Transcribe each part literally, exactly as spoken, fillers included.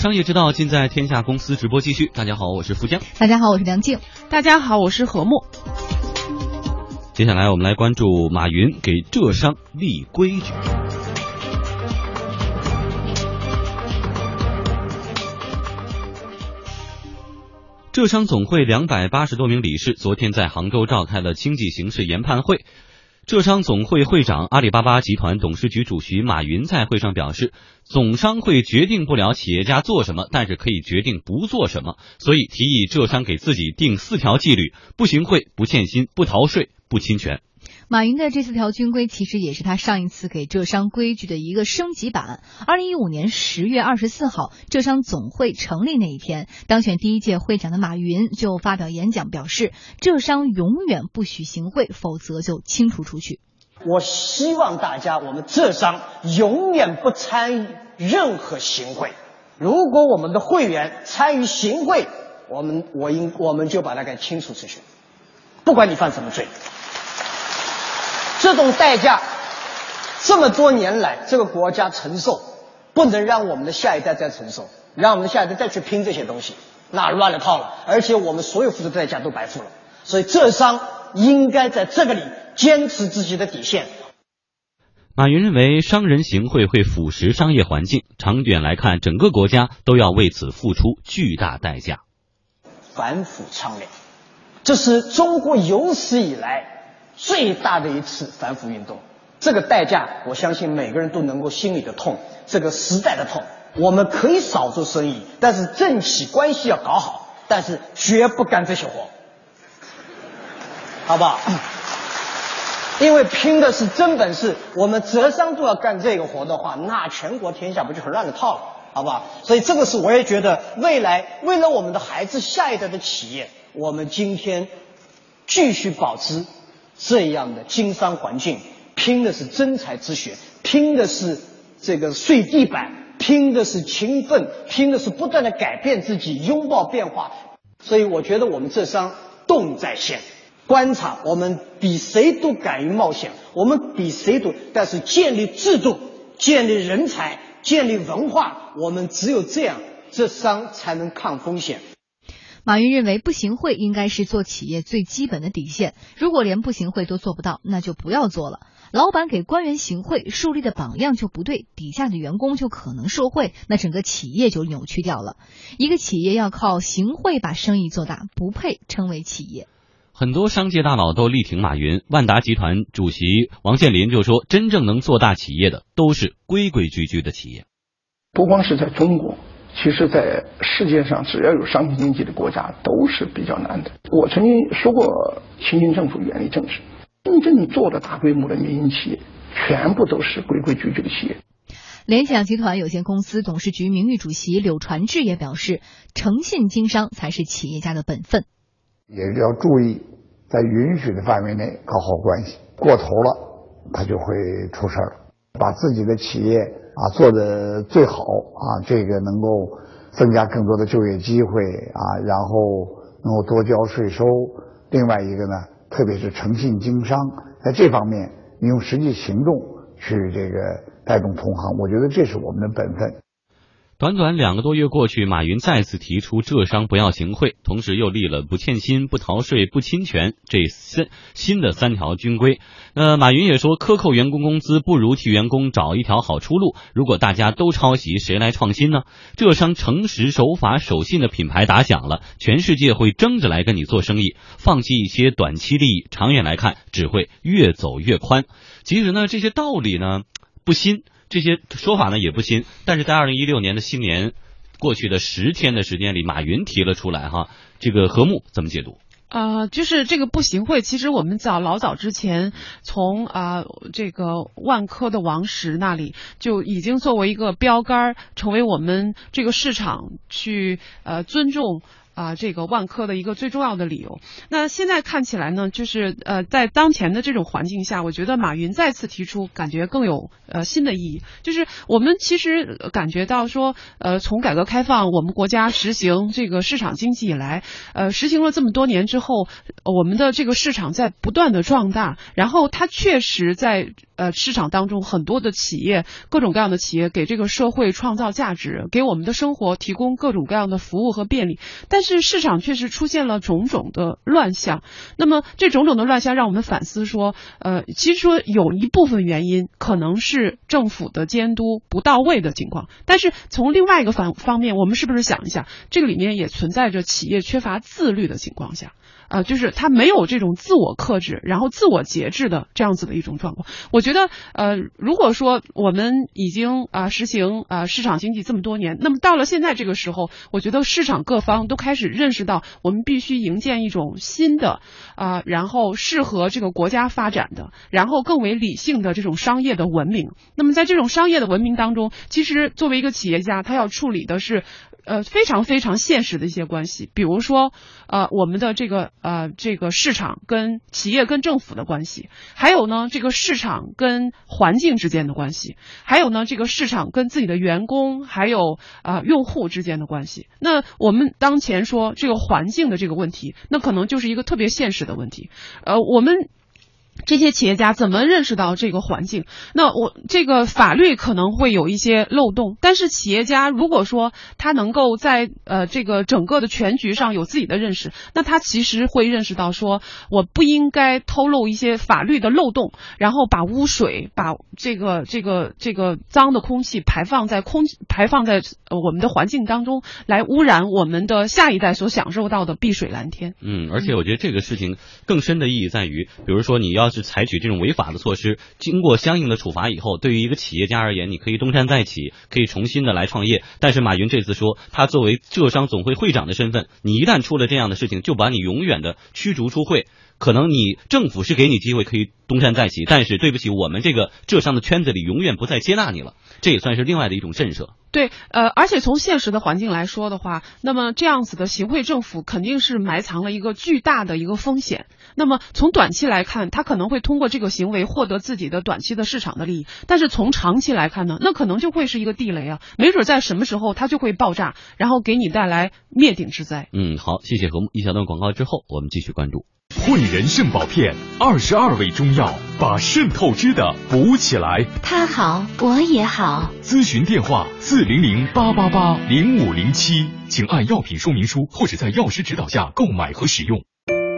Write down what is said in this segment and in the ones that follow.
商业之道尽在天下公司直播继续。大家好，我是福江。 大家好，我是梁静。 大家好，我是何木。 接下来我们来关注马云给浙商立规矩。浙商总会两百八十多名理事昨天在杭州召开了经济形势研判会。浙商总会会长、阿里巴巴集团董事局主席马云在会上表示，总商会决定不了企业家做什么，但是可以决定不做什么，所以提议浙商给自己定四条纪律：不行贿、不欠薪、不逃税、不侵权。 马云的这四条军规其实也是他上一次给浙商规矩的一个升级版。二零一五年十月二十四号，浙商总会成立那一天，当选第一届会长的马云就发表演讲表示，浙商永远不许行贿，否则就清除出去。 我希望大家，我们浙商永远不参与任何行贿。如果我们的会员参与行贿，我们我应我们就把它给清除出去，不管你犯什么罪。这种代价这么多年来这个国家承受，不能让我们的下一代再承受，让我们的下一代再去拼这些东西，那乱了套了，而且我们所有付出的代价都白付了。所以浙商应该在这个里坚持自己的底线。 马云认为商人行贿会腐蚀商业环境，长远来看整个国家都要为此付出巨大代价。 反腐倡廉，这是中国有史以来最大的一次反腐运动，这个代价我相信每个人都能够心里的痛，这个时代的痛。我们可以少做生意，但是政企关系要搞好，但是绝不干这些活，好不好？因为拼的是真本事，我们浙商都要干这个活的话，那全国天下不就很乱了套了，好不好？所以这个是我也觉得未来为了我们的孩子下一代的企业，我们今天继续保持这样的经商环境，拼的是真才之学，拼的是这个碎地板，拼的是勤奋，拼的是不断的改变自己，拥抱变化。所以我觉得我们浙商动在先，观察我们比谁都敢于冒险，我们比谁都，但是建立制度，建立人才，建立文化，我们只有这样，浙商才能抗风险。 马云认为不行贿应该是做企业最基本的底线，如果连不行贿都做不到，那就不要做了。老板给官员行贿，树立的榜样就不对，底下的员工就可能受贿，那整个企业就扭曲掉了。一个企业要靠行贿把生意做大，不配称为企业。 很多商界大佬都力挺马云，万达集团主席王健林就说，真正能做大企业的都是规规矩矩的企业。 不光是在中国，其实在世界上只要有商品经济的国家都是比较难的。我曾经说过，新兴政府远离政治，真正做的大规模的民营企业全部都是规规矩矩的企业。 联想集团有限公司董事局名誉主席柳传志也表示，诚信经商才是企业家的本分， 也要注意在允许的范围内搞好关系，过头了他就会出事了。把自己的企业啊做得最好啊，这个能够增加更多的就业机会啊，然后能够多交税收。另外一个呢，特别是诚信经商，在这方面你用实际行动去这个带动同行，我觉得这是我们的本分。 短短两个多月过去，马云再次提出浙商不要行贿，同时又立了不欠薪、不逃税、不侵权这三新的三条军规。呃，马云也说，克扣员工工资不如替员工找一条好出路。如果大家都抄袭，谁来创新呢？浙商诚实守法守信的品牌打响了，全世界会争着来跟你做生意，放弃一些短期利益，长远来看只会越走越宽。其实呢，这些道理呢不新，这些说法呢也不新，但是在二零一六年的新年过去的十天的时间里，马云提了出来哈，这个何木怎么解读？ 呃，就是这个不行贿，其实我们早老早之前从啊、呃、这个万科的王石那里就已经作为一个标杆，成为我们这个市场去呃尊重啊，这个万科的一个最重要的理由。那现在看起来呢，就是呃，在当前的这种环境下，我觉得马云再次提出，感觉更有呃新的意义。就是我们其实感觉到说，呃，从改革开放，我们国家实行这个市场经济以来，呃，实行了这么多年之后，我们的这个市场在不断的壮大，然后它确实在呃市场当中很多的企业，各种各样的企业给这个社会创造价值，给我们的生活提供各种各样的服务和便利。但是市场确实出现了种种的乱象，那么这种种的乱象让我们反思说，呃，其实说有一部分原因可能是政府的监督不到位的情况，但是从另外一个方方面，我们是不是想一下，这个里面也存在着企业缺乏自律的情况下。呃，就是他没有这种自我克制，然后自我节制的这样子的一种状况。我觉得，呃，如果说我们已经啊、呃、实行啊、呃、市场经济这么多年，那么到了现在这个时候，我觉得市场各方都开始认识到，我们必须营建一种新的啊、呃，然后适合这个国家发展的，然后更为理性的这种商业的文明。那么在这种商业的文明当中，其实作为一个企业家，他要处理的是呃非常非常现实的一些关系，比如说呃我们的这个呃这个市场跟企业跟政府的关系，还有呢这个市场跟环境之间的关系，还有呢这个市场跟自己的员工还有啊、呃、用户之间的关系。那我们当前说这个环境的这个问题，那可能就是一个特别现实的问题。呃我们这些企业家怎么认识到这个环境？那我这个法律可能会有一些漏洞，但是企业家如果说他能够在呃这个整个的全局上有自己的认识，那他其实会认识到说，我不应该透露一些法律的漏洞，然后把污水、把这个这个这个脏的空气排放在空排放在呃我们的环境当中，来污染我们的下一代所享受到的碧水蓝天。 嗯，而且我觉得这个事情更深的意义在于，比如说你要是采取这种违法的措施，经过相应的处罚以后，对于一个企业家而言，你可以东山再起，可以重新的来创业。但是马云这次说，他作为浙商总会会长的身份，你一旦出了这样的事情，就把你永远的驱逐出会。可能你政府是给你机会可以东山再起，但是对不起，我们这个浙商的圈子里永远不再接纳你了，这也算是另外的一种震慑。 对，呃，而且从现实的环境来说的话，那么这样子的行贿政府肯定是埋藏了一个巨大的一个风险。那么从短期来看，他可能会通过这个行为获得自己的短期的市场的利益，但是从长期来看呢，那可能就会是一个地雷啊，没准在什么时候它就会爆炸，然后给你带来灭顶之灾。 嗯，好，谢谢何木。一小段广告之后，我们继续关注。 汇仁肾宝片，二十二味中药，把肾透支的补起来。 他好，我也好。 咨询电话：四零零八八八零五零七，请按药品说明书或者在药师指导下购买和使用。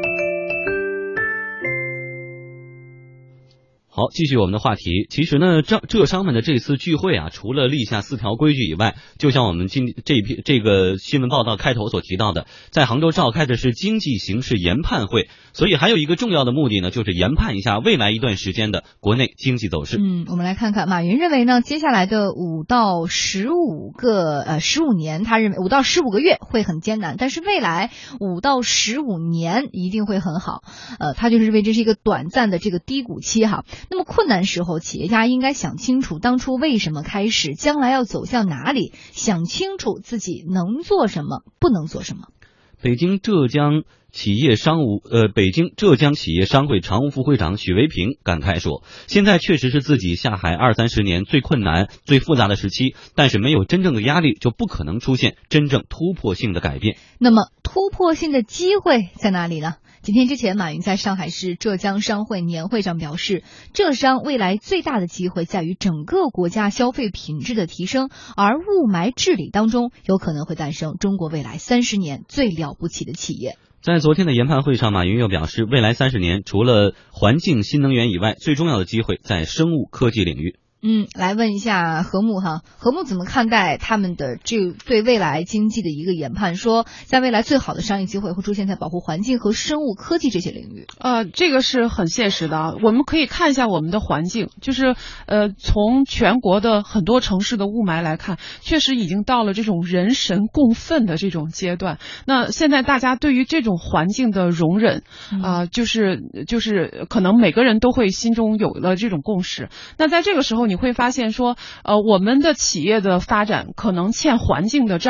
好，继续我们的话题。其实呢，浙浙商们的这次聚会啊，除了立下四条规矩以外，就像我们今这一篇这个新闻报道开头所提到的，在杭州召开的是经济形势研判会，所以还有一个重要的目的呢，就是研判一下未来一段时间的国内经济走势。 嗯，我们来看看，马云认为呢，接下来的五到十五个呃十五年，他认为五到十五个月会很艰难，但是未来五到十五年一定会很好。呃，他就是认为这是一个短暂的这个低谷期哈。那么困难时候，企业家应该想清楚当初为什么开始，将来要走向哪里，想清楚自己能做什么，不能做什么。 北京浙江企业商务呃，北京浙江企业商会常务副会长许维平感慨说，现在确实是自己下海二三十年最困难、最复杂的时期，但是没有真正的压力，就不可能出现真正突破性的改变。 那么突破性的机会在哪里呢？几天之前，马云在上海市浙江商会年会上表示，浙商未来最大的机会在于整个国家消费品质的提升，而雾霾治理当中有可能会诞生中国未来三十年最了不起的企业。 在昨天的研判会上，马云又表示，未来三十年除了环境新能源以外，最重要的机会在生物科技领域。 嗯，来问一下何木哈，何木怎么看待他们的这对未来经济的一个研判？说在未来最好的商业机会会出现在保护环境和生物科技这些领域。 呃，这个是很现实的。我们可以看一下我们的环境，就是呃，从全国的很多城市的雾霾来看，确实已经到了这种人神共愤的这种阶段。那现在大家对于这种环境的容忍啊、呃，就是就是可能每个人都会心中有了这种共识。那在这个时候，你会发现说，呃，我们的企业的发展可能欠环境的账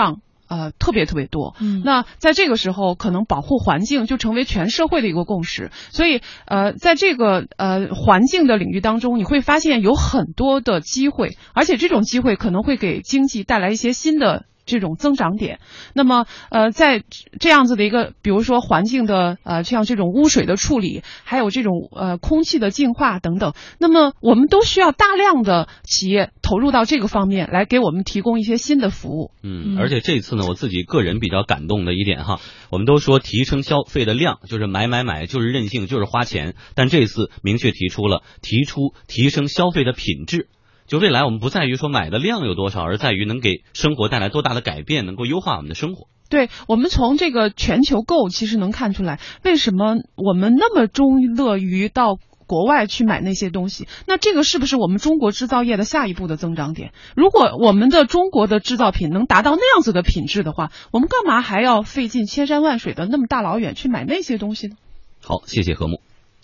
呃，特别特别多。 嗯， 那在这个时候，可能保护环境就成为全社会的一个共识。所以，呃，在这个呃环境的领域当中，你会发现有很多的机会，而且这种机会可能会给经济带来一些新的这种增长点。那么呃在这样子的一个比如说环境的呃像这种污水的处理，还有这种呃空气的净化等等，那么我们都需要大量的企业投入到这个方面来给我们提供一些新的服务。 嗯，而且这次呢，我自己个人比较感动的一点哈，我们都说提升消费的量，就是买买买，就是任性，就是花钱，但这次明确提出了提出提升消费的品质。就未来我们不在于说买的量有多少，而在于能给生活带来多大的改变，能够优化我们的生活。 对，我们从这个全球购其实能看出来，为什么我们那么钟乐于到国外去买那些东西，那这个是不是我们中国制造业的下一步的增长点？如果我们的中国的制造品能达到那样子的品质的话，我们干嘛还要费尽千山万水的那么大老远去买那些东西呢？ 好，谢谢何木。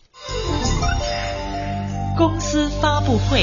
公司发布会。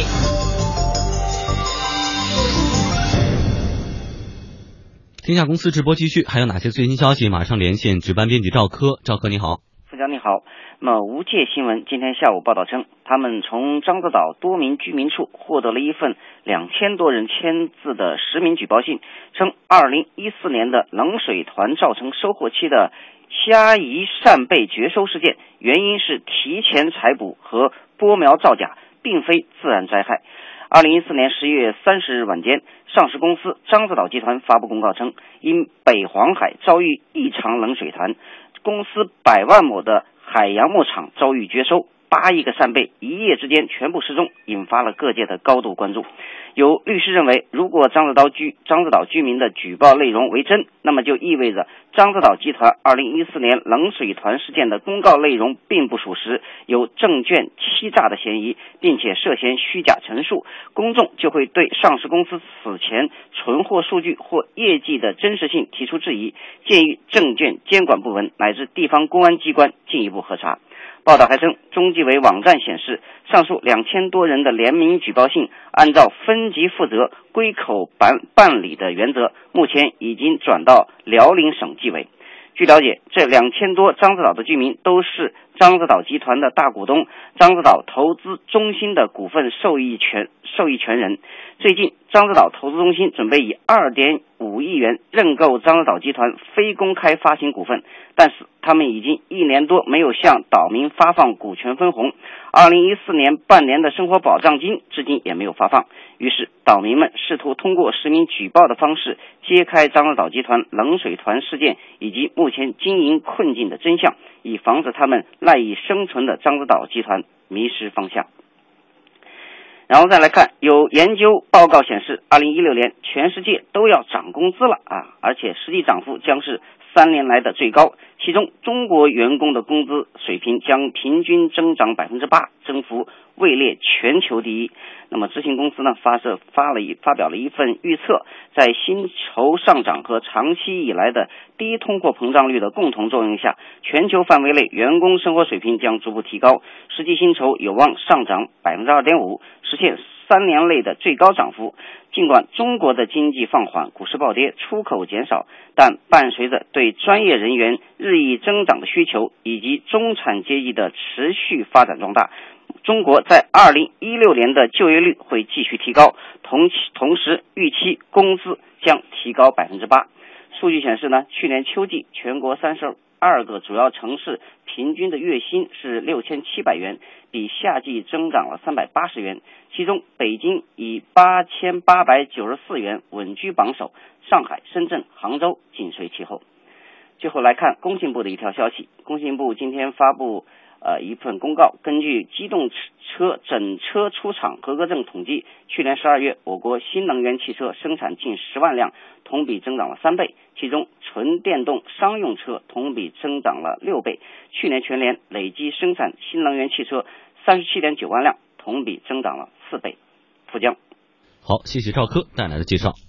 天下公司直播继续，还有哪些最新消息？马上连线值班编辑赵科。赵科你好。 副长你好。那么无界新闻今天下午报道称，他们从獐子岛多名居民处获得了一份两千多人签字的实名举报信，称二零一四年的冷水团造成收获期的虾夷扇贝绝收事件，原因是提前采捕和播苗造假，并非自然灾害。二零一四年十一月三十日晚间，上市公司獐子岛集团发布公告称，因北黄海遭遇异常冷水团，公司百万亩的海洋牧场遭遇绝收，八亿个扇贝一夜之间全部失踪，引发了各界的高度关注。有律师认为，如果獐子岛居獐子岛居民的举报内容为真，那么就意味着獐子岛集团二零一四年冷水团事件的公告内容并不属实，有证券欺诈的嫌疑，并且涉嫌虚假陈述，公众就会对上市公司此前存货数据或业绩的真实性提出质疑，建议证券监管部门乃至地方公安机关进一步核查。报道还称，中纪委网站显示，上述两千多人的联名举报信，按照分级负责、归口办办理的原则，目前已经转到辽宁省纪委。据了解，这两千多獐子岛的居民都是獐子岛集团的大股东，獐子岛投资中心的股份受益权受益权人。最近，獐子岛投资中心准备以 二点五亿元认购獐子岛集团非公开发行股份，但是他们已经一年多没有向岛民发放股权分红，二零一四年半年的生活保障金至今也没有发放。于是岛民们试图通过实名举报的方式揭开獐子岛集团冷水团事件以及目前经营困境的真相，以防止他们赖以生存的獐子岛集团迷失方向。然后再来看，有研究报告显示，二零一六年全世界都要涨工资了啊，而且实际涨幅将是三年来的最高。其中，中国员工的工资水平将平均增长百分之八，增幅位列全球第一。那么，知信公司呢发射发了一发表了一份预测，在薪酬上涨和长期以来的低通货膨胀率的共同作用下，全球范围内员工生活水平将逐步提高，实际薪酬有望上涨百分之二点五，实现三年内的最高涨幅。尽管中国的经济放缓，股市暴跌，出口减少，但伴随着对专业人员日益增长的需求以及中产阶级的持续发展壮大，中国在二零一六年的就业率会继续提高，同期同时预期工资将提高百分之八。数据显示呢，去年秋季全国三十二个主要城市平均的月薪是六千七百元，比夏季增长了三百八十元，其中北京以八千八百九十四元稳居榜首，上海、深圳、杭州紧随其后。最后来看工信部的一条消息，工信部今天发布呃一份公告，根据机动车整车出厂合格证统计，去年十二月我国新能源汽车生产近十万辆，同比增长了三倍，其中纯电动商用车同比增长了六倍，去年全年累计生产新能源汽车三十七点九万辆，同比增长了四倍。富江。 好，谢谢赵科带来的介绍。